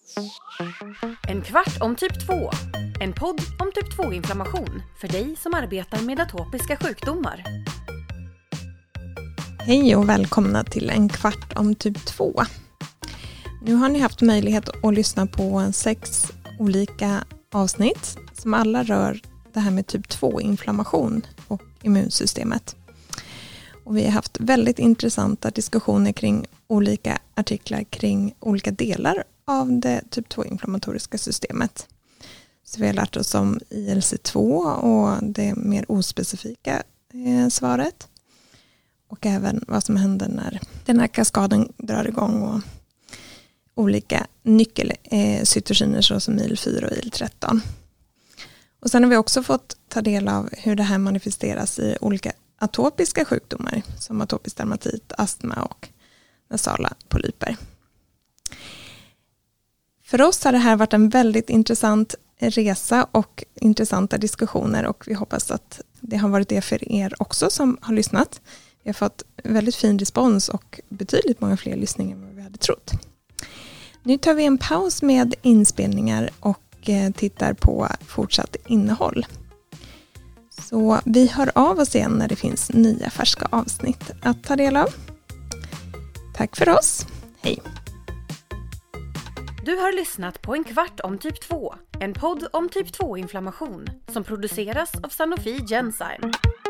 En kvart om typ 2. En podd om typ 2-inflammation för dig som arbetar med atopiska sjukdomar. Hej och välkomna till en kvart om typ 2. Nu har ni haft möjlighet att lyssna på 6 olika avsnitt som alla rör det här med typ 2-inflammation och immunsystemet. Och vi har haft väldigt intressanta diskussioner kring olika artiklar kring olika delar av det typ 2-inflammatoriska systemet. Så vi har lärt oss om ILC2 och det mer ospecifika svaret. Och även vad som händer när den här kaskaden drar igång och olika nyckelcytokiner såsom IL4 och IL13. Och sen har vi också fått ta del av hur det här manifesteras i olika atopiska sjukdomar som atopisk dermatit, astma och nasala polyper. För oss har det här varit en väldigt intressant resa och intressanta diskussioner och vi hoppas att det har varit det för er också som har lyssnat. Vi har fått väldigt fin respons och betydligt många fler lyssningar än vad vi hade trott. Nu tar vi en paus med inspelningar och tittar på fortsatt innehåll. Så vi hör av oss igen när det finns nya färska avsnitt att ta del av. Tack för oss. Hej! Du har lyssnat på en kvart om typ 2. En podd om typ 2-inflammation som produceras av Sanofi Genzyme.